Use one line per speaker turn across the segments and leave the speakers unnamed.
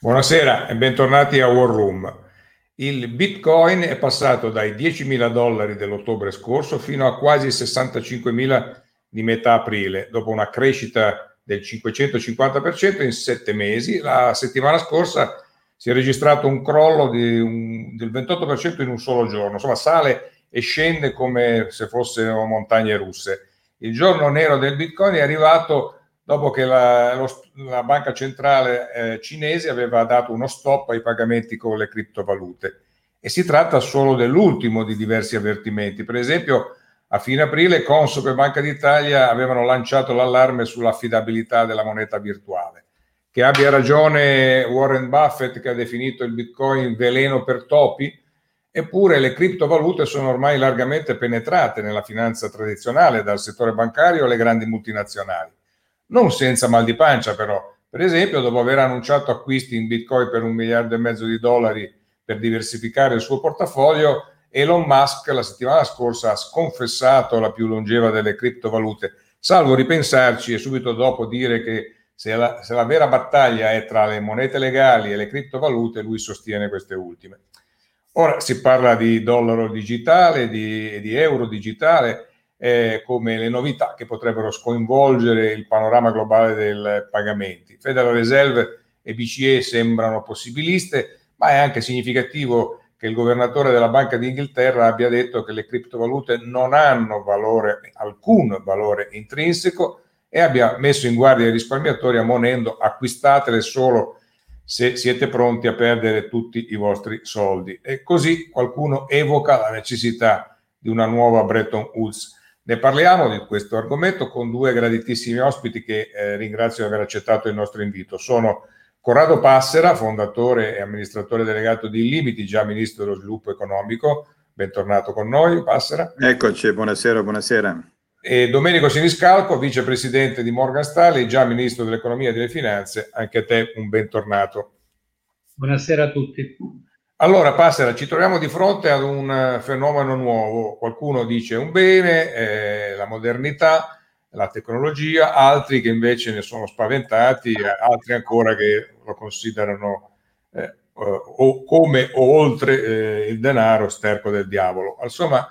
Buonasera e bentornati a War Room. Il Bitcoin è passato dai $10.000 dell'ottobre scorso fino a quasi 65.000 di metà aprile, dopo una crescita del 550% in 7 mesi. La settimana scorsa si è registrato un crollo del 28% in un solo giorno, insomma sale e scende come se fossero montagne russe. Il giorno nero del Bitcoin è arrivato dopo che la banca centrale cinese aveva dato uno stop ai pagamenti con le criptovalute. E si tratta solo dell'ultimo di diversi avvertimenti. Per esempio, a fine aprile Consob e Banca d'Italia avevano lanciato l'allarme sull'affidabilità della moneta virtuale. Che abbia ragione Warren Buffett, che ha definito il Bitcoin veleno per topi, eppure le criptovalute sono ormai largamente penetrate nella finanza tradizionale, dal settore bancario alle grandi multinazionali. Non senza mal di pancia, però. Per esempio, dopo aver annunciato acquisti in Bitcoin per $1,5 miliardi per diversificare il suo portafoglio, Elon Musk la settimana scorsa ha sconfessato la più longeva delle criptovalute, salvo ripensarci e subito dopo dire che se la vera battaglia è tra le monete legali e le criptovalute, lui sostiene queste ultime. Ora si parla di dollaro digitale, di euro digitale, come le novità che potrebbero sconvolgere il panorama globale dei pagamenti. Federal Reserve e BCE sembrano possibiliste, ma è anche significativo che il governatore della Banca d'Inghilterra abbia detto che le criptovalute non hanno alcun valore intrinseco, e abbia messo in guardia i risparmiatori ammonendo: acquistatele solo se siete pronti a perdere tutti i vostri soldi. E così qualcuno evoca la necessità di una nuova Bretton Woods. Ne parliamo di questo argomento con due graditissimi ospiti che ringrazio di aver accettato il nostro invito. Sono Corrado Passera, fondatore e amministratore delegato di Illimity, già ministro dello sviluppo economico. Bentornato con noi, Passera.
Eccoci, buonasera, buonasera.
E Domenico Siniscalco, vicepresidente di Morgan Stanley, già ministro dell'economia e delle finanze. Anche a te un bentornato.
Buonasera a tutti.
Allora, Passera, ci troviamo di fronte ad un fenomeno nuovo. Qualcuno dice un bene, la modernità, la tecnologia, altri che invece ne sono spaventati, altri ancora che lo considerano o come o oltre il denaro, sterco del diavolo. Insomma,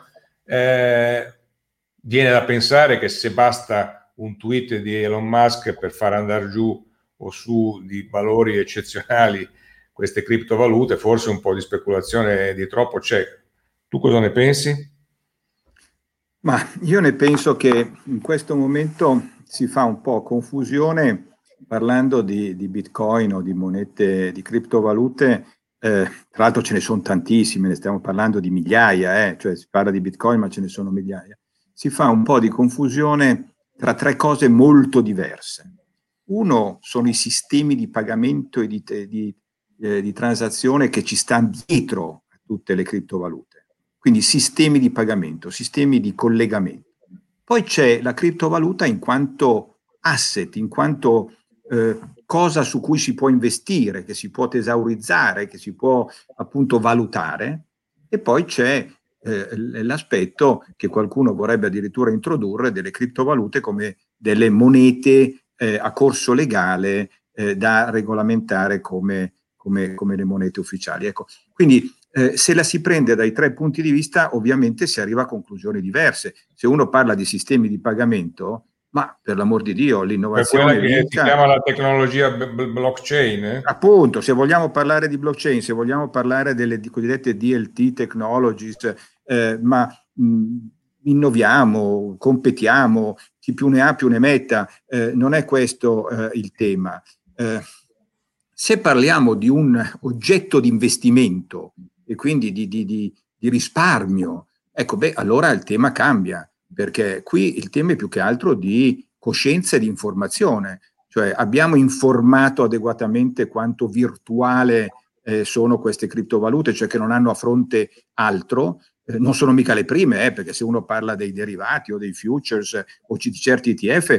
viene da pensare che se basta un tweet di Elon Musk per far andare giù o su di valori eccezionali queste criptovalute, forse un po' di speculazione di troppo c'è. Tu cosa ne pensi?
Ma io ne penso che in questo momento si fa un po' confusione parlando di Bitcoin o di monete, di criptovalute. Tra l'altro ce ne sono tantissime, ne stiamo parlando di migliaia, cioè si parla di Bitcoin ma ce ne sono migliaia. Si fa un po' di confusione tra tre cose molto diverse. Uno sono i sistemi di pagamento e di transazione che ci stanno dietro a tutte le criptovalute. Quindi sistemi di pagamento, sistemi di collegamento. Poi c'è la criptovaluta in quanto asset, in quanto cosa su cui si può investire, che si può tesaurizzare, che si può appunto valutare. E poi c'è l'aspetto che qualcuno vorrebbe addirittura introdurre delle criptovalute come delle monete a corso legale da regolamentare come le monete ufficiali. Ecco, quindi se la si prende dai tre punti di vista, ovviamente si arriva a conclusioni diverse. Se uno parla di sistemi di pagamento, ma per l'amor di Dio, l'innovazione
quella che si chiama la tecnologia blockchain.
Appunto, se vogliamo parlare di blockchain, se vogliamo parlare delle cosiddette DLT technologies, ma innoviamo, competiamo, chi più ne ha più ne metta, non è questo il tema. Se parliamo di un oggetto di investimento e quindi di risparmio, ecco, allora il tema cambia, perché qui il tema è più che altro di coscienza e di informazione, cioè abbiamo informato adeguatamente quanto virtuale sono queste criptovalute, cioè che non hanno a fronte altro. Non sono mica le prime, perché se uno parla dei derivati o dei futures o di certi ETF,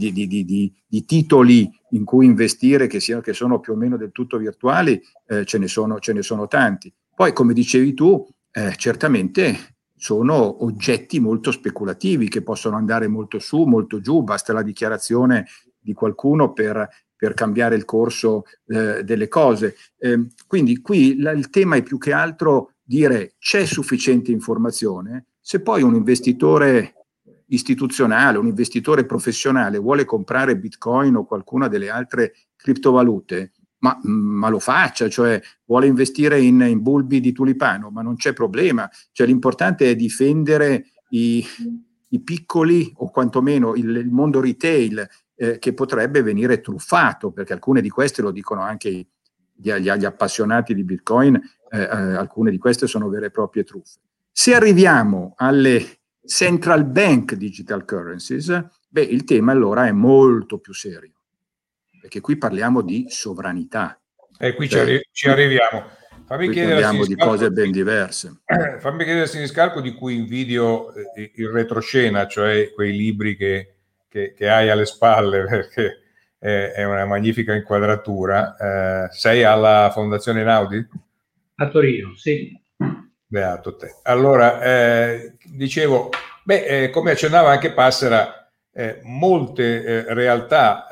di titoli in cui investire che sono più o meno del tutto virtuali, ce ne sono tanti. Poi, come dicevi tu, certamente sono oggetti molto speculativi che possono andare molto su, molto giù, basta la dichiarazione di qualcuno per per cambiare il corso delle cose. Quindi qui il tema è più che altro dire c'è sufficiente informazione, se poi un investitore istituzionale, un investitore professionale vuole comprare Bitcoin o qualcuna delle altre criptovalute, ma lo faccia, cioè vuole investire in bulbi di tulipano, ma non c'è problema. Cioè, l'importante è difendere i piccoli o quantomeno il mondo retail che potrebbe venire truffato, perché alcune di queste, lo dicono anche gli appassionati di Bitcoin, alcune di queste sono vere e proprie truffe. Se arriviamo alle central bank digital currencies, il tema allora è molto più serio, perché qui parliamo di sovranità.
E qui ci arriviamo.
Fammi chiedere parliamo di cose ben diverse.
Fammi chiedere a Siniscalco, di cui invidio il retroscena, cioè quei libri che hai alle spalle, perché è una magnifica inquadratura. Sei alla Fondazione Einaudi?
A Torino, sì.
Beato te. Allora, dicevo, come accennava anche Passera, molte realtà,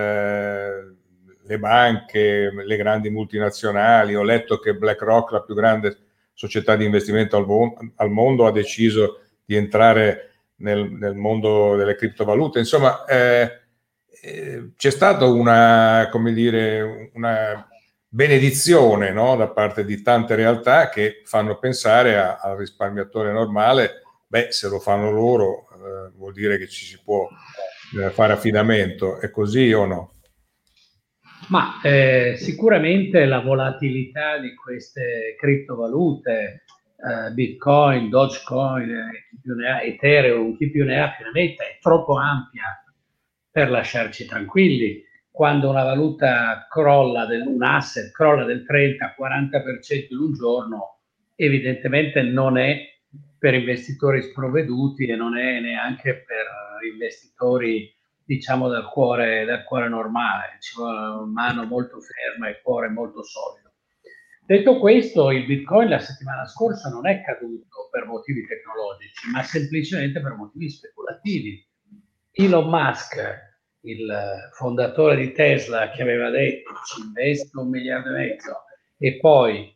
le banche, le grandi multinazionali, ho letto che BlackRock, la più grande società di investimento al mondo, ha deciso di entrare nel mondo delle criptovalute. Insomma, c'è stata una, come dire, una benedizione, no, da parte di tante realtà che fanno pensare al risparmiatore normale, se lo fanno loro, vuol dire che ci si può fare affidamento. È così o no?
Ma sicuramente la volatilità di queste criptovalute, Bitcoin, Dogecoin, chi più ne ha, Ethereum, chi più ne ha più ne metta, è troppo ampia per lasciarci tranquilli. Quando una valuta crolla, un asset crolla del 30-40% in un giorno, evidentemente non è per investitori sprovveduti e non è neanche per investitori, diciamo, del cuore normale. Ci vuole una mano molto ferma e il cuore molto solido. Detto questo, il Bitcoin la settimana scorsa non è caduto per motivi tecnologici, ma semplicemente per motivi speculativi. Elon Musk, il fondatore di Tesla, che aveva detto ci investo 1,5 miliardi e poi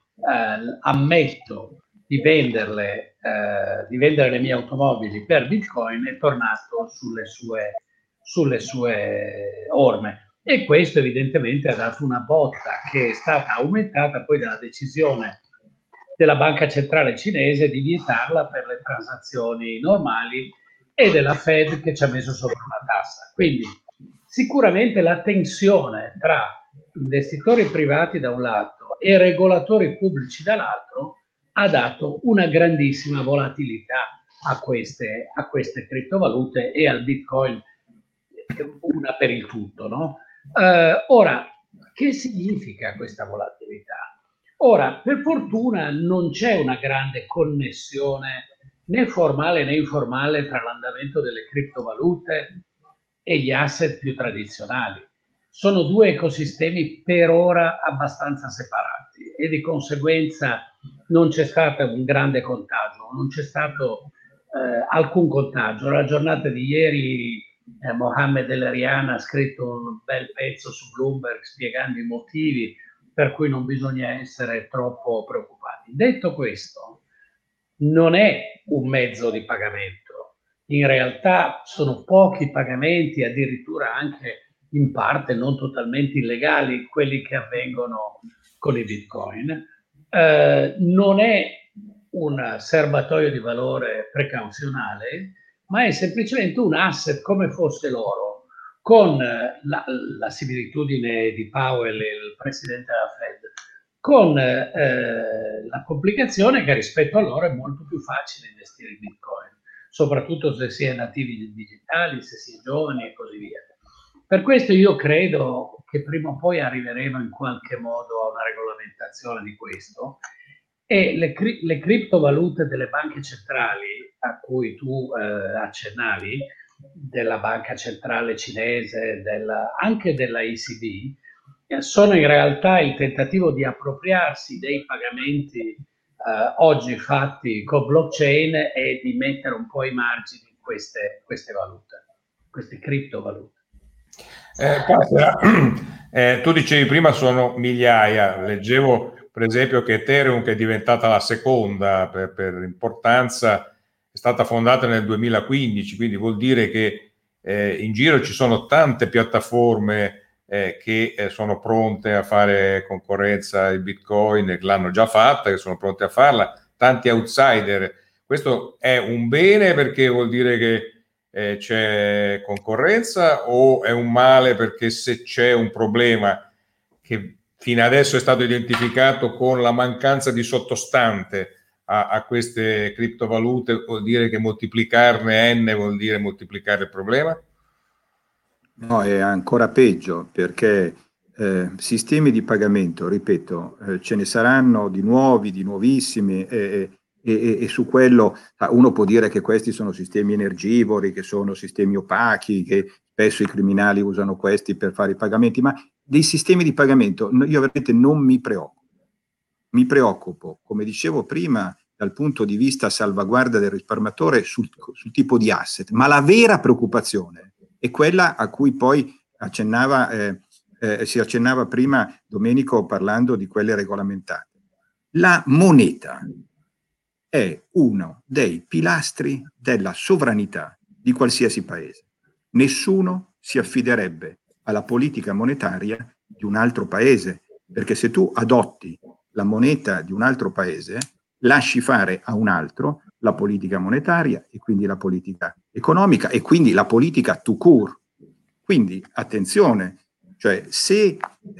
ammetto di vendere le mie automobili per Bitcoin, è tornato sulle sue orme. E questo evidentemente ha dato una botta che è stata aumentata poi dalla decisione della banca centrale cinese di vietarla per le transazioni normali e della Fed che ci ha messo sopra una tassa. Quindi sicuramente la tensione tra investitori privati da un lato e regolatori pubblici dall'altro ha dato una grandissima volatilità a queste criptovalute e al Bitcoin, una per il tutto, no? Ora, che significa questa volatilità? Ora, per fortuna non c'è una grande connessione né formale né informale tra l'andamento delle criptovalute e gli asset più tradizionali. Sono due ecosistemi per ora abbastanza separati e di conseguenza non c'è stato un grande contagio, non c'è stato alcun contagio. La giornata di ieri Mohammed El-Erian ha scritto un bel pezzo su Bloomberg spiegando i motivi per cui non bisogna essere troppo preoccupati. Detto questo, non è un mezzo di pagamento. In realtà sono pochi pagamenti, addirittura anche in parte non totalmente illegali, quelli che avvengono con i Bitcoin. Non è un serbatoio di valore precauzionale, ma è semplicemente un asset come fosse l'oro, con la similitudine di Powell, il presidente della Fed, con la complicazione che rispetto a loro è molto più facile investire in Bitcoin, soprattutto se si è nativi digitali, se si è giovani e così via. Per questo io credo che prima o poi arriveremo in qualche modo a una regolamentazione di questo, e le criptovalute delle banche centrali a cui tu accennavi, della banca centrale cinese, anche della ECB, sono in realtà il tentativo di appropriarsi dei pagamenti oggi fatti con blockchain e di mettere un po' i margini in queste valute, queste criptovalute.
Tu dicevi prima sono migliaia, leggevo per esempio che Ethereum, che è diventata la seconda per importanza, è stata fondata nel 2015, quindi vuol dire che in giro ci sono tante piattaforme che sono pronte a fare concorrenza ai Bitcoin, che l'hanno già fatta, che sono pronte a farla, tanti outsider. Questo è un bene perché vuol dire che c'è concorrenza, o è un male perché se c'è un problema che fino adesso è stato identificato con la mancanza di sottostante a queste criptovalute, vuol dire che moltiplicarne n vuol dire moltiplicare il problema?
No, è ancora peggio perché sistemi di pagamento, ripeto, ce ne saranno di nuovi, di nuovissimi e su quello uno può dire che questi sono sistemi energivori, che sono sistemi opachi, che spesso i criminali usano questi per fare i pagamenti, ma dei sistemi di pagamento io veramente non mi preoccupo. Mi preoccupo, come dicevo prima, dal punto di vista salvaguardia del risparmiatore sul tipo di asset, ma la vera preoccupazione è quella a cui poi si accennava prima Domenico parlando di quelle regolamentate. La moneta è uno dei pilastri della sovranità di qualsiasi paese. Nessuno si affiderebbe alla politica monetaria di un altro paese, perché se tu adotti la moneta di un altro paese, lasci fare a un altro la politica monetaria e quindi la politica economica e quindi la politica tout court. Quindi attenzione, cioè se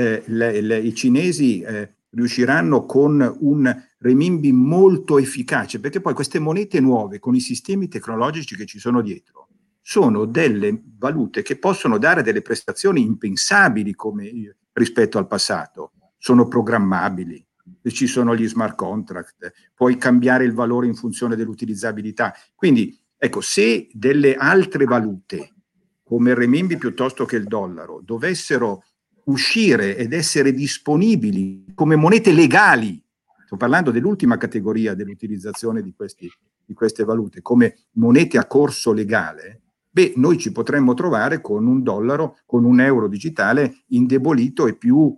i cinesi riusciranno con un renminbi molto efficace, perché poi queste monete nuove con i sistemi tecnologici che ci sono dietro sono delle valute che possono dare delle prestazioni impensabili rispetto al passato, sono programmabili, ci sono gli smart contract, puoi cambiare il valore in funzione dell'utilizzabilità. Quindi ecco, se delle altre valute come il renminbi piuttosto che il dollaro dovessero uscire ed essere disponibili come monete legali, sto parlando dell'ultima categoria dell'utilizzazione di queste valute, come monete a corso legale, beh, noi ci potremmo trovare con un dollaro, con un euro digitale indebolito e più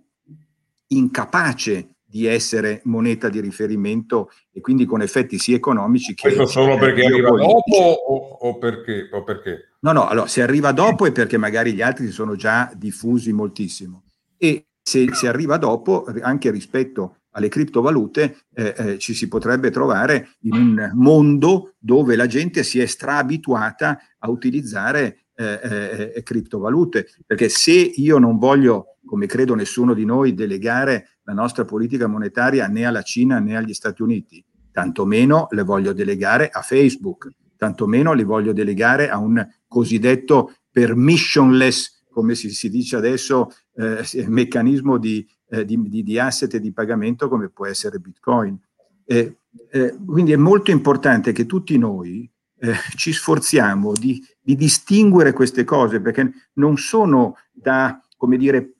incapace di essere moneta di riferimento e quindi con effetti sia economici che
Questo solo perché arriva dopo o perché?
No, allora se arriva dopo è perché magari gli altri si sono già diffusi moltissimo e se arriva dopo anche rispetto alle criptovalute ci si potrebbe trovare in un mondo dove la gente si è straabituata a utilizzare criptovalute, perché se io non voglio, come credo nessuno di noi, delegare la nostra politica monetaria né alla Cina né agli Stati Uniti, tantomeno le voglio delegare a Facebook, tantomeno li voglio delegare a un cosiddetto permissionless, come si dice adesso, meccanismo di asset e di pagamento come può essere Bitcoin. Quindi è molto importante che tutti noi ci sforziamo di distinguere queste cose, perché non sono da, come dire,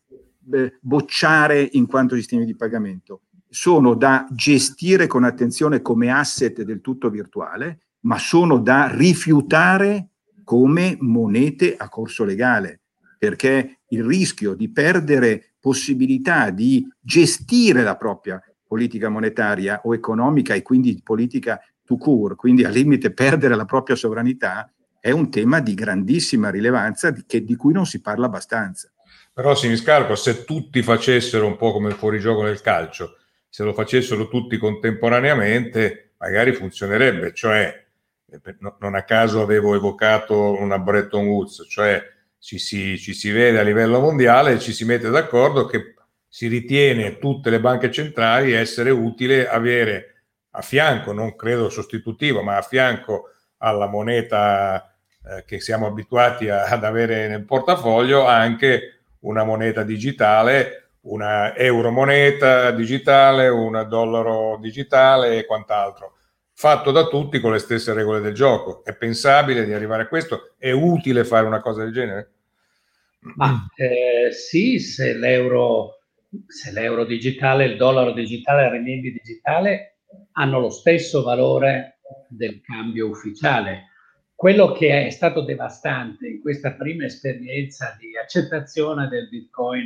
bocciare in quanto sistemi di pagamento, sono da gestire con attenzione come asset del tutto virtuale, ma sono da rifiutare come monete a corso legale, perché il rischio di perdere possibilità di gestire la propria politica monetaria o economica e quindi politica tout court, quindi al limite perdere la propria sovranità, è un tema di grandissima rilevanza di cui non si parla abbastanza.
Però Siniscalco, se tutti facessero un po' come il fuorigioco nel calcio, se lo facessero tutti contemporaneamente, magari funzionerebbe. Cioè, non a caso avevo evocato una Bretton Woods, cioè ci si vede a livello mondiale e ci si mette d'accordo che si ritiene tutte le banche centrali essere utile avere a fianco, non credo sostitutivo, ma a fianco alla moneta che siamo abituati ad avere nel portafoglio, anche una moneta digitale, una euromoneta digitale, una dollaro digitale e quant'altro, fatto da tutti con le stesse regole del gioco. È pensabile di arrivare a questo? È utile fare una cosa del genere?
Ma sì, se l'euro digitale, il dollaro digitale e il renminbi digitale hanno lo stesso valore del cambio ufficiale. quello che è stato devastante in questa prima esperienza di accettazione del Bitcoin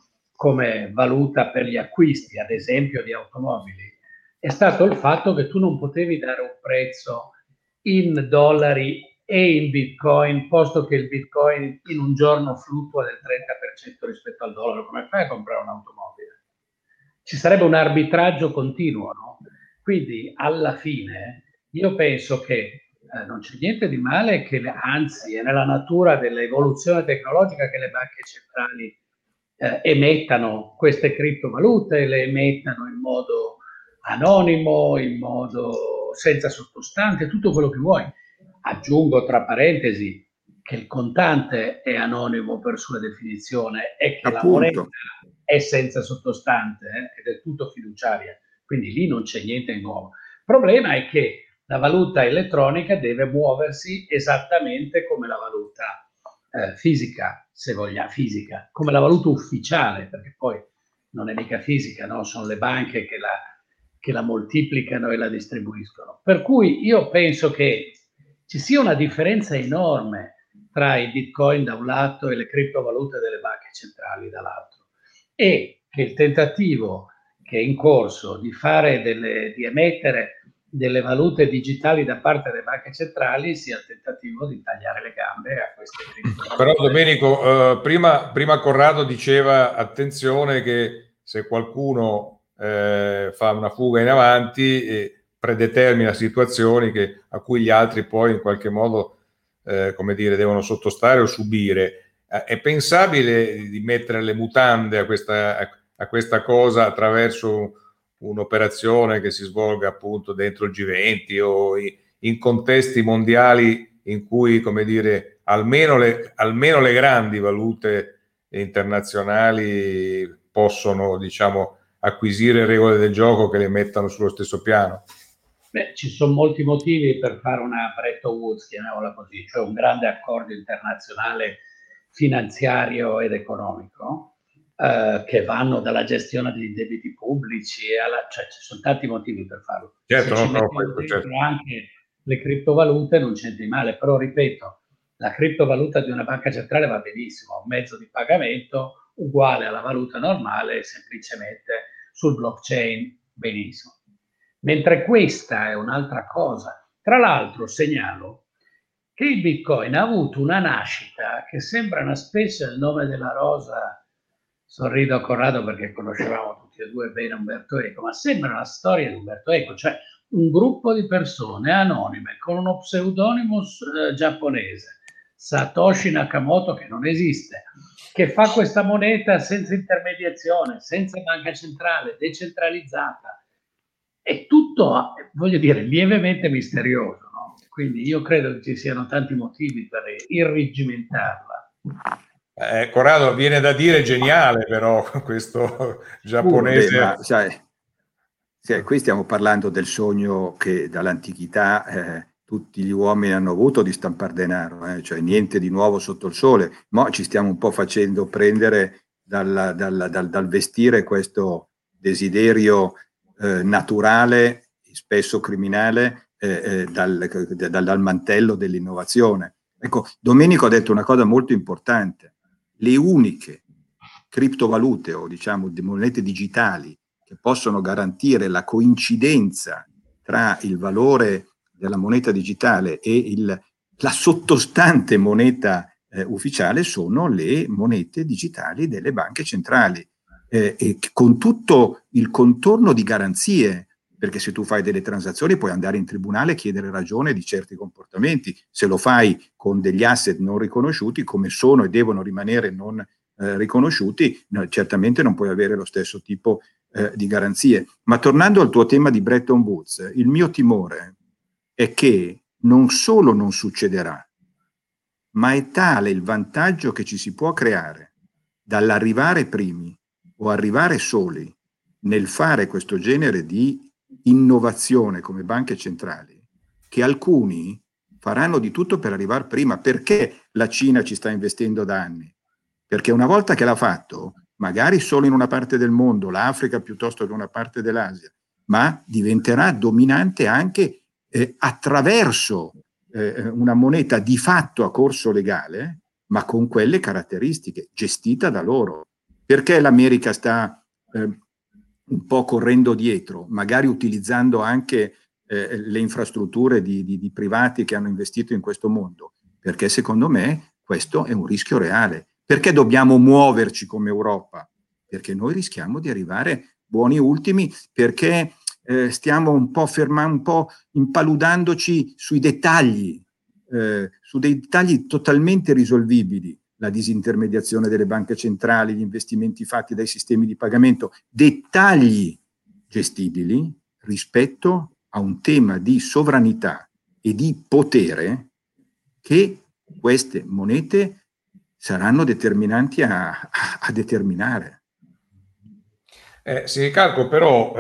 come valuta per gli acquisti, ad esempio di automobili, è stato il fatto che tu non potevi dare un prezzo in dollari e in Bitcoin, posto che il Bitcoin in un giorno fluttua del 30% rispetto al dollaro. Come fai a comprare un'automobile? Ci sarebbe un arbitraggio continuo, no? Quindi alla fine io penso che non c'è niente di male, che anzi è nella natura dell'evoluzione tecnologica che le banche centrali emettano queste criptovalute, le emettano in modo anonimo, in modo senza sottostante, tutto quello che vuoi. Aggiungo tra parentesi che il contante è anonimo per sua definizione e che la moneta è senza sottostante, è del tutto fiduciaria, quindi lì non c'è niente di nuovo. Il problema è che la valuta elettronica deve muoversi esattamente come la valuta fisica, se vogliamo, fisica, come la valuta ufficiale, perché poi non è mica fisica, no? Sono le banche che la moltiplicano e la distribuiscono. Per cui io penso che ci sia una differenza enorme tra i Bitcoin da un lato e le criptovalute delle banche centrali dall'altro, e che il tentativo che è in corso di emettere delle valute digitali da parte delle banche centrali sia il tentativo di tagliare le gambe a queste criptovalute.
Però Domenico, prima Corrado diceva attenzione che se qualcuno fa una fuga in avanti predetermina situazioni a cui gli altri poi in qualche modo come dire, devono sottostare o subire. È pensabile di mettere le mutande a questa cosa attraverso un'operazione che si svolga appunto dentro il G20 o in contesti mondiali in cui, come dire, almeno le grandi valute internazionali possono, diciamo, acquisire regole del gioco che le mettano sullo stesso piano?
Beh, ci sono molti motivi per fare una Bretton Woods, chiamiamola così, cioè un grande accordo internazionale finanziario ed economico che vanno dalla gestione dei debiti pubblici cioè ci sono tanti motivi per farlo.
Certo,
se ci mettiamo dentro anche le criptovalute non c'è di male, però ripeto, la criptovaluta di una banca centrale va benissimo, un mezzo di pagamento uguale alla valuta normale, semplicemente sul blockchain, benissimo. Mentre questa è un'altra cosa. Tra l'altro segnalo che il Bitcoin ha avuto una nascita che sembra una specie del nome della rosa. Sorrido a Corrado perché conoscevamo tutti e due bene Umberto Eco, ma sembra una storia di Umberto Eco, cioè un gruppo di persone anonime con uno pseudonimo giapponese, Satoshi Nakamoto, che non esiste, che fa questa moneta senza intermediazione, senza banca centrale, decentralizzata. È tutto, voglio dire, lievemente misterioso, no? Quindi io credo che ci siano tanti motivi per irriggimentarla.
Corrado, viene da dire geniale, però questo giapponese.
Beh, ma sai, qui stiamo parlando del sogno che dall'antichità tutti gli uomini hanno avuto di stampare denaro, cioè niente di nuovo sotto il sole. Ma ci stiamo un po' facendo prendere dal vestire questo desiderio naturale, spesso criminale, dal mantello dell'innovazione. Ecco, Domenico ha detto una cosa molto importante. Le uniche criptovalute o diciamo monete digitali che possono garantire la coincidenza tra il valore della moneta digitale e la sottostante moneta ufficiale sono le monete digitali delle banche centrali, e con tutto il contorno di garanzie, perché se tu fai delle transazioni puoi andare in tribunale e chiedere ragione di certi comportamenti. Se lo fai con degli asset non riconosciuti, come sono e devono rimanere non riconosciuti, certamente non puoi avere lo stesso tipo di garanzie. Ma tornando al tuo tema di Bretton Woods, il mio timore è che non solo non succederà, ma è tale il vantaggio che ci si può creare dall'arrivare primi o arrivare soli nel fare questo genere di innovazione come banche centrali, che alcuni faranno di tutto per arrivare prima. Perché la Cina ci sta investendo da anni? Perché una volta che l'ha fatto, magari solo in una parte del mondo, l'Africa piuttosto che una parte dell'Asia, ma diventerà dominante anche attraverso una moneta di fatto a corso legale, ma con quelle caratteristiche, gestita da loro. Perché l'America sta un po' correndo dietro, magari utilizzando anche le infrastrutture di privati che hanno investito in questo mondo? Perché secondo me questo è un rischio reale. Perché dobbiamo muoverci come Europa? Perché noi rischiamo di arrivare buoni ultimi, perché stiamo un po' fermando, un po' impaludandoci sui dettagli, su dei dettagli totalmente risolvibili, la disintermediazione delle banche centrali, gli investimenti fatti dai sistemi di pagamento, dettagli gestibili rispetto a un tema di sovranità e di potere che queste monete saranno determinanti a determinare.
Sì, Calco, però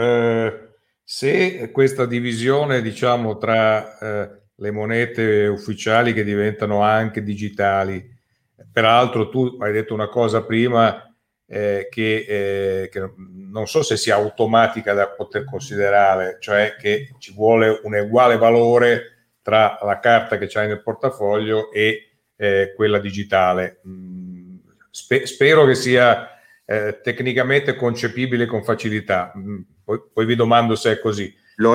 se questa divisione, diciamo, tra le monete ufficiali che diventano anche digitali, peraltro tu hai detto una cosa prima che non so se sia automatica da poter considerare, cioè che ci vuole un uguale valore tra la carta che c'hai nel portafoglio e quella digitale. Spero che sia tecnicamente concepibile con facilità. Poi vi domando se è così.
Lo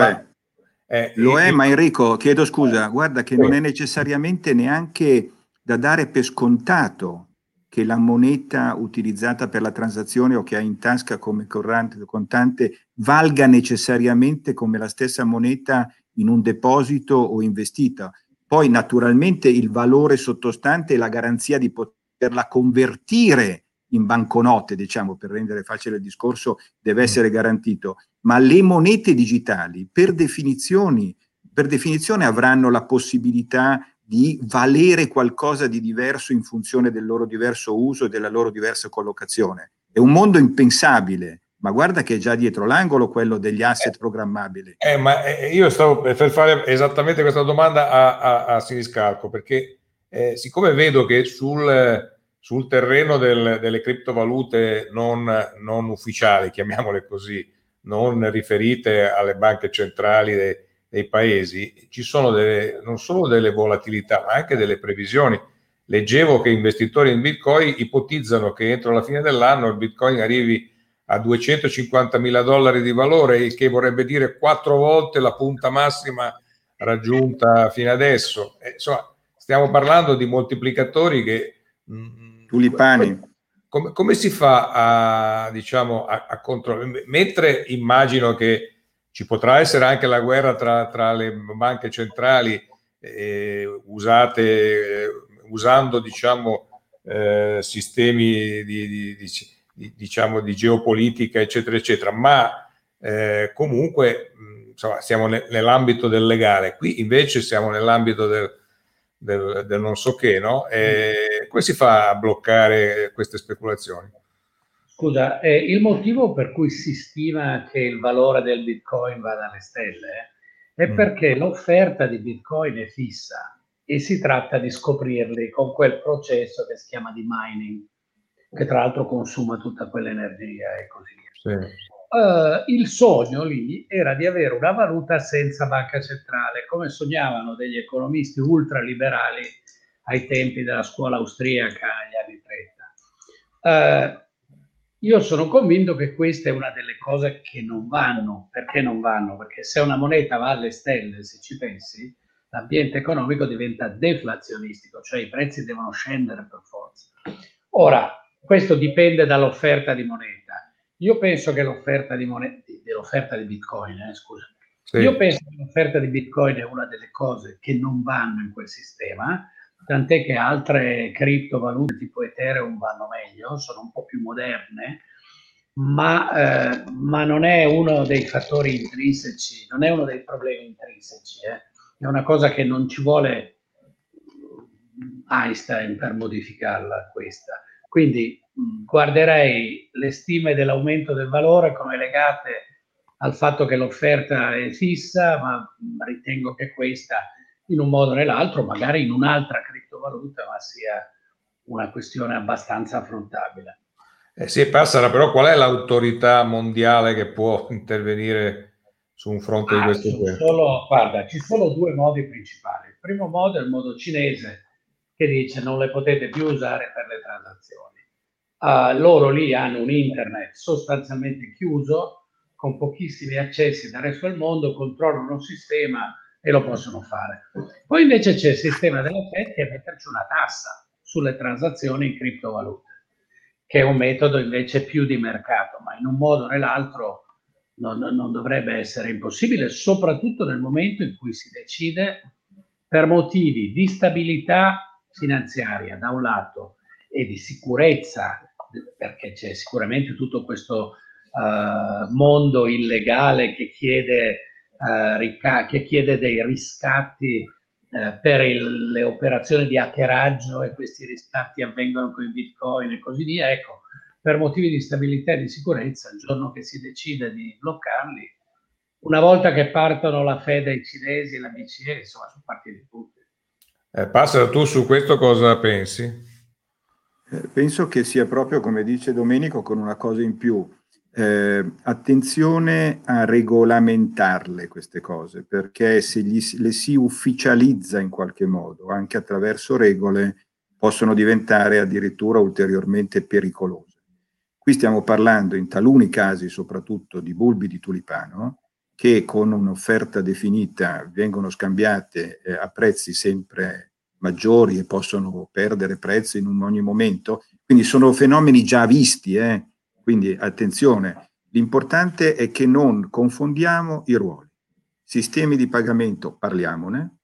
è, ma Enrico, chiedo scusa, guarda che non è necessariamente neanche da dare per scontato che la moneta utilizzata per la transazione o che hai in tasca come contante valga necessariamente come la stessa moneta in un deposito o investita. Poi naturalmente il valore sottostante e la garanzia di poterla convertire in banconote, diciamo, per rendere facile il discorso, deve essere garantito. Ma le monete digitali, per definizione, avranno la possibilità di valere qualcosa di diverso in funzione del loro diverso uso e della loro diversa collocazione. È un mondo impensabile, ma guarda che è già dietro l'angolo quello degli asset programmabili.
Io stavo per fare esattamente questa domanda a Siniscalco, perché siccome vedo che sul terreno delle criptovalute non ufficiali, chiamiamole così, non riferite alle banche centrali dei paesi, ci sono non solo delle volatilità, ma anche delle previsioni. Leggevo che investitori in Bitcoin ipotizzano che entro la fine dell'anno il Bitcoin arrivi a $250.000 di valore, il che vorrebbe dire 4 volte la punta massima raggiunta fino adesso. Insomma, stiamo parlando di moltiplicatori che
tulipani.
Come si fa diciamo, a controllare? Mentre immagino che ci potrà essere anche la guerra tra le banche centrali usando diciamo, sistemi diciamo, di geopolitica, eccetera, eccetera, ma comunque insomma, siamo nell'ambito del legale. Qui invece siamo nell'ambito del non so che, no? Come si fa a bloccare queste speculazioni?
Scusa, il motivo per cui si stima che il valore del Bitcoin vada alle stelle è perché l'offerta di Bitcoin è fissa e si tratta di scoprirli con quel processo che si chiama di mining, che tra l'altro consuma tutta quell'energia e così via.
Sì.
Il sogno lì era di avere una valuta senza banca centrale, come sognavano degli economisti ultraliberali ai tempi della scuola austriaca negli anni 30. Io sono convinto che questa è una delle cose che non vanno. Perché non vanno? Perché se una moneta va alle stelle, se ci pensi, l'ambiente economico diventa deflazionistico, cioè i prezzi devono scendere per forza. Ora, questo dipende dall'offerta di moneta. Io penso che l'offerta di Bitcoin, scusa. Sì. Io penso che l'offerta di Bitcoin è una delle cose che non vanno in quel sistema, tant'è che altre criptovalute tipo Ethereum vanno meglio, sono un po' più moderne, ma non è uno dei fattori intrinseci, non è uno dei problemi intrinseci, è una cosa che non ci vuole Einstein per modificarla questa. Quindi guarderei le stime dell'aumento del valore come legate al fatto che l'offerta è fissa, ma ritengo che questa in un modo o nell'altro, magari in un'altra criptovaluta, ma sia una questione abbastanza affrontabile.
Sì, Passera, però qual è l'autorità mondiale che può intervenire su un fronte di questo tipo?
Guarda, ci sono due modi principali. primo modo è il modo cinese, che dice non le potete più usare per le transazioni. Loro lì hanno un internet sostanzialmente chiuso, con pochissimi accessi dal resto del mondo, controllano il sistema e lo possono fare. Poi invece c'è il sistema della Fed, che è metterci una tassa sulle transazioni in criptovalute, che è un metodo invece più di mercato, ma in un modo o nell'altro non dovrebbe essere impossibile, soprattutto nel momento in cui si decide, per motivi di stabilità finanziaria da un lato e di sicurezza, perché c'è sicuramente tutto questo mondo illegale che chiede dei riscatti per le operazioni di hackeraggio, e questi riscatti avvengono con i bitcoin e così via. Ecco, per motivi di stabilità e di sicurezza, il giorno che si decide di bloccarli, una volta che partono la Fed e i cinesi e la BCE, insomma, sono partiti tutti.
Passa, tu su questo cosa pensi?
Penso che sia proprio, come dice Domenico, con una cosa in più. Attenzione a regolamentarle queste cose, perché se le si ufficializza in qualche modo, anche attraverso regole, possono diventare addirittura ulteriormente pericolose. Qui stiamo parlando in taluni casi soprattutto di bulbi di tulipano che con un'offerta definita vengono scambiate a prezzi sempre maggiori e possono perdere prezzo in ogni momento. Quindi sono fenomeni già visti, quindi attenzione. L'importante è che non confondiamo i ruoli. Sistemi di pagamento, parliamone.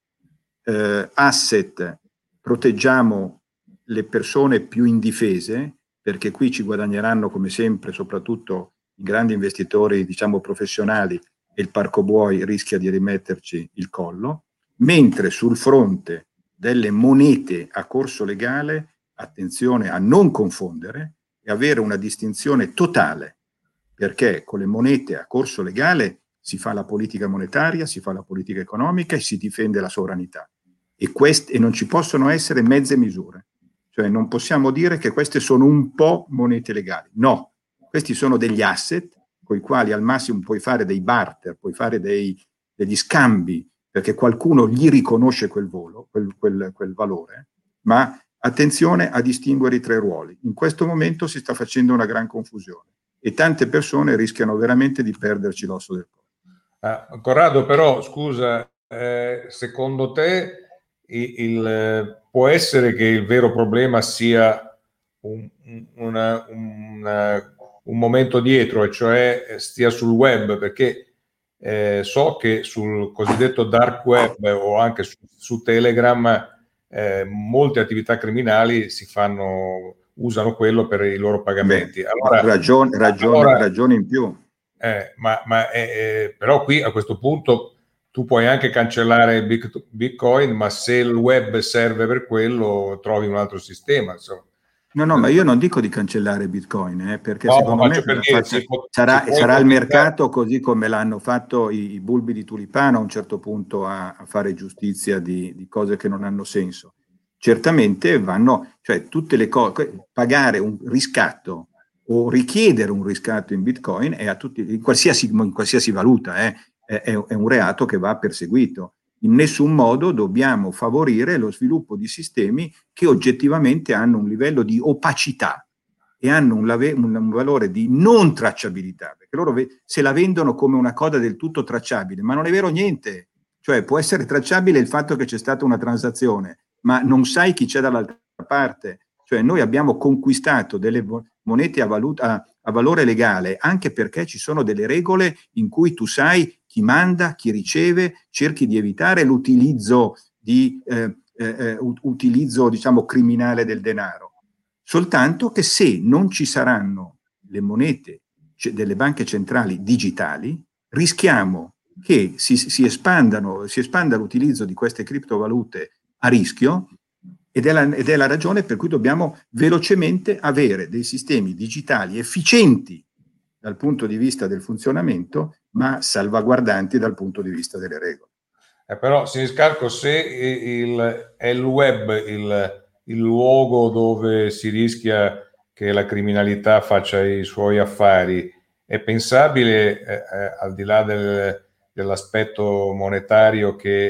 Asset, proteggiamo le persone più indifese, perché qui ci guadagneranno come sempre soprattutto i grandi investitori, diciamo professionali, e il parco buoi rischia di rimetterci il collo, mentre sul fronte delle monete a corso legale, attenzione a non confondere e avere una distinzione totale, perché con le monete a corso legale si fa la politica monetaria, si fa la politica economica e si difende la sovranità. E non ci possono essere mezze misure. Cioè non possiamo dire che queste sono un po' monete legali. No, questi sono degli asset con i quali al massimo puoi fare dei barter, puoi fare degli scambi, perché qualcuno gli riconosce quel valore, ma attenzione a distinguere i tre ruoli. In questo momento si sta facendo una gran confusione e tante persone rischiano veramente di perderci l'osso del collo.
Corrado, però, scusa, secondo te può essere che il vero problema sia un momento dietro, e cioè stia sul web, perché so che sul cosiddetto dark web o anche su Telegram molte attività criminali usano quello per i loro pagamenti.
Allora, ragione in più.
Però qui a questo punto tu puoi anche cancellare Bitcoin, ma se il web serve per quello, trovi un altro sistema, insomma.
No, ma io non dico di cancellare Bitcoin, perché
no,
secondo me sarà il mercato, così come l'hanno fatto i bulbi di tulipano a un certo punto a fare giustizia di cose che non hanno senso. Certamente cioè tutte le cose, pagare un riscatto o richiedere un riscatto in Bitcoin in qualsiasi valuta, è un reato che va perseguito. In nessun modo dobbiamo favorire lo sviluppo di sistemi che oggettivamente hanno un livello di opacità e hanno un valore di non tracciabilità, perché loro se la vendono come una cosa del tutto tracciabile, ma non è vero niente. Cioè può essere tracciabile il fatto che c'è stata una transazione, ma non sai chi c'è dall'altra parte. Cioè noi abbiamo conquistato delle monete a valore legale anche perché ci sono delle regole in cui tu sai chi manda, chi riceve, cerchi di evitare l'utilizzo diciamo criminale del denaro. Soltanto che se non ci saranno le monete delle banche centrali digitali, rischiamo che si espanda l'utilizzo di queste criptovalute a rischio, ed è la ragione per cui dobbiamo velocemente avere dei sistemi digitali efficienti dal punto di vista del funzionamento, ma salvaguardanti dal punto di vista delle regole.
Però, Siniscalco, se è il web il luogo dove si rischia che la criminalità faccia i suoi affari, è pensabile, al di là dell'aspetto monetario, che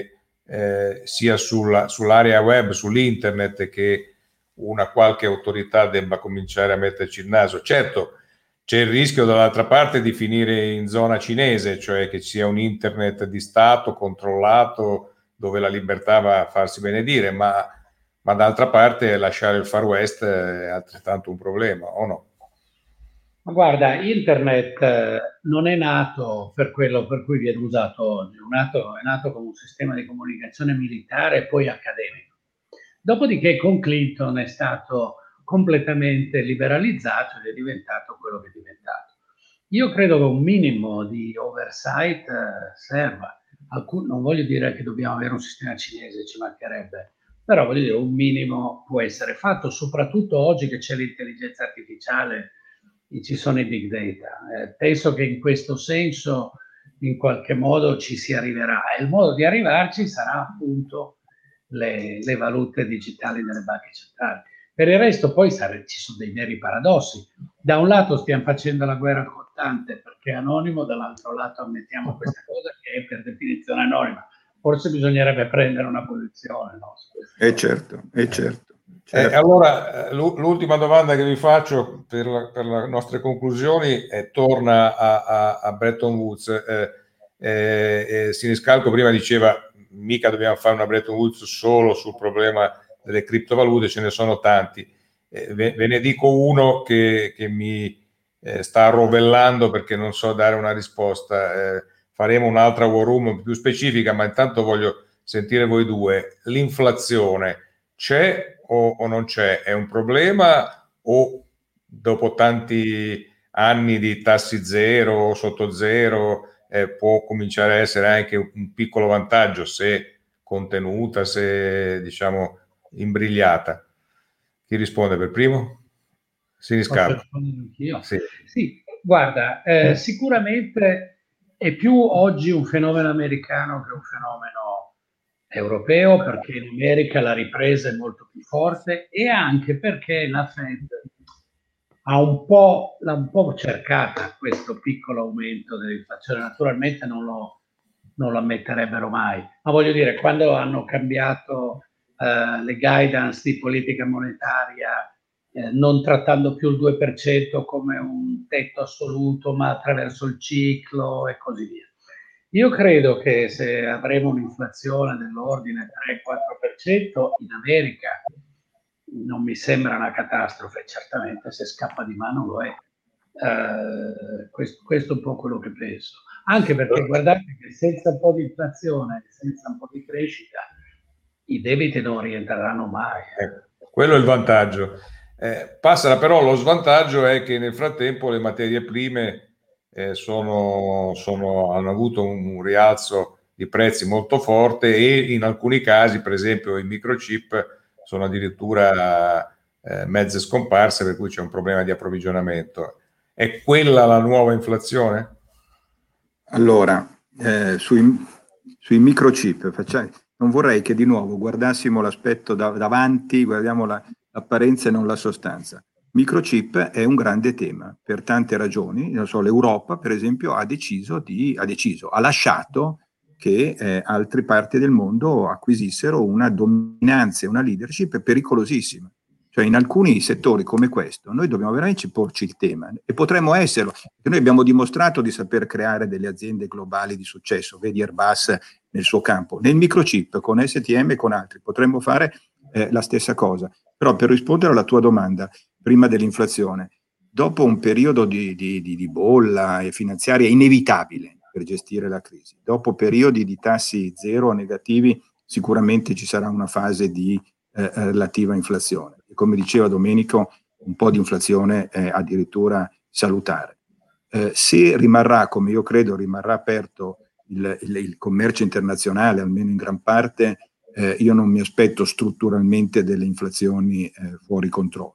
sia sull'area web, sull'internet, che una qualche autorità debba cominciare a metterci il naso. Certo, c'è il rischio dall'altra parte di finire in zona cinese, cioè che ci sia un internet di Stato controllato dove la libertà va a farsi benedire, ma d'altra parte lasciare il Far West è altrettanto un problema, o no?
Ma guarda, internet non è nato per quello per cui viene usato oggi, è nato come un sistema di comunicazione militare e poi accademico. Dopodiché con Clinton è stato completamente liberalizzato ed è diventato quello che è diventato. Io credo che un minimo di oversight serva. Non voglio dire che dobbiamo avere un sistema cinese, ci mancherebbe, però voglio dire un minimo può essere fatto, soprattutto oggi che c'è l'intelligenza artificiale e ci sono i big data. Penso che in questo senso in qualche modo ci si arriverà e il modo di arrivarci sarà appunto le valute digitali delle banche centrali. Per il resto poi ci sono dei veri paradossi. Da un lato stiamo facendo la guerra al contante perché è anonimo, dall'altro lato ammettiamo questa cosa che è per definizione anonima. Forse bisognerebbe prendere una posizione, no?
Certo.
Allora, l'ultima domanda che vi faccio per le nostre conclusioni torna a Bretton Woods. Siniscalco prima diceva mica dobbiamo fare una Bretton Woods solo sul problema delle criptovalute, ce ne sono tanti. Ve ne dico uno che mi sta rovellando perché non so dare una risposta. Faremo un'altra war room più specifica, ma intanto voglio sentire voi due. L'inflazione c'è o non c'è? È un problema o dopo tanti anni di tassi zero o sotto zero può cominciare a essere anche un piccolo vantaggio se contenuta, se diciamo imbrigliata? Chi risponde per primo?
Posso rispondere anch'io?
Sì.
Sì, guarda, sicuramente è più oggi un fenomeno americano che un fenomeno europeo, perché in America la ripresa è molto più forte e anche perché la Fed l'ha un po' cercata questo piccolo aumento dell'inflazione. Naturalmente non lo ammetterebbero mai, ma voglio dire, quando hanno cambiato le guidance di politica monetaria, non trattando più il 2% come un tetto assoluto, ma attraverso il ciclo e così via. Io credo che se avremo un'inflazione dell'ordine 3-4% in America non mi sembra una catastrofe, certamente se scappa di mano lo è. Questo è un po' quello che penso. Anche perché guardate che senza un po' di inflazione, senza un po' di crescita, i debiti non rientreranno mai.
Quello è il vantaggio. Passa però lo svantaggio è che nel frattempo le materie prime hanno avuto un rialzo di prezzi molto forte e in alcuni casi, per esempio i microchip, sono addirittura mezze scomparse, per cui c'è un problema di approvvigionamento. È quella la nuova inflazione?
Allora, sui microchip, non vorrei che di nuovo guardassimo l'aspetto davanti, guardiamo l'apparenza e non la sostanza. Microchip è un grande tema per tante ragioni. Non so, l'Europa, per esempio, ha lasciato che altre parti del mondo acquisissero una dominanza e una leadership pericolosissima. Cioè in alcuni settori come questo noi dobbiamo veramente porci il tema e potremmo esserlo, perché noi abbiamo dimostrato di saper creare delle aziende globali di successo, vedi Airbus nel suo campo, nel microchip con STM e con altri potremmo fare la stessa cosa. Però per rispondere alla tua domanda prima dell'inflazione, dopo un periodo di bolla e finanziaria inevitabile per gestire la crisi, dopo periodi di tassi zero negativi, sicuramente ci sarà una fase di relativa inflazione. E come diceva Domenico, un po' di inflazione è addirittura salutare. Se rimarrà, come io credo, rimarrà aperto il commercio internazionale, almeno in gran parte, io non mi aspetto strutturalmente delle inflazioni fuori controllo.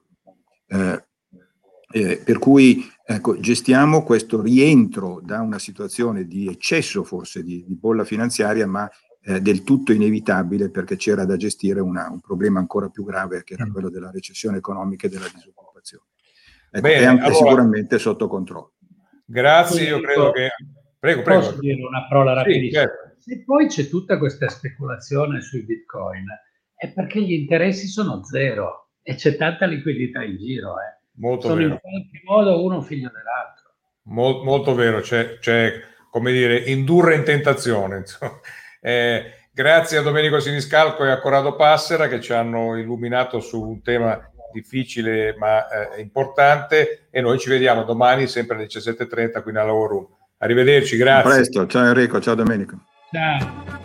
Per cui ecco, gestiamo questo rientro da una situazione di eccesso forse di bolla finanziaria, ma del tutto inevitabile perché c'era da gestire un problema ancora più grave che era quello della recessione economica e della disoccupazione. Ecco, bene, è anche allora, sicuramente sotto controllo.
Grazie, io credo che... Prego.
Posso dire una parola rapidissima? Se poi c'è tutta questa speculazione sui bitcoin, è perché gli interessi sono zero e c'è tanta liquidità in giro.
Molto
Sono
vero.
in qualche modo uno figlio dell'altro.
Molto vero, c'è, come dire, indurre in tentazione. Insomma. Grazie a Domenico Siniscalco e a Corrado Passera che ci hanno illuminato su un tema difficile ma importante, e noi ci vediamo domani sempre alle 17:30 qui nella War Room. Arrivederci, grazie.
A presto, ciao Enrico, ciao Domenico.
Ciao.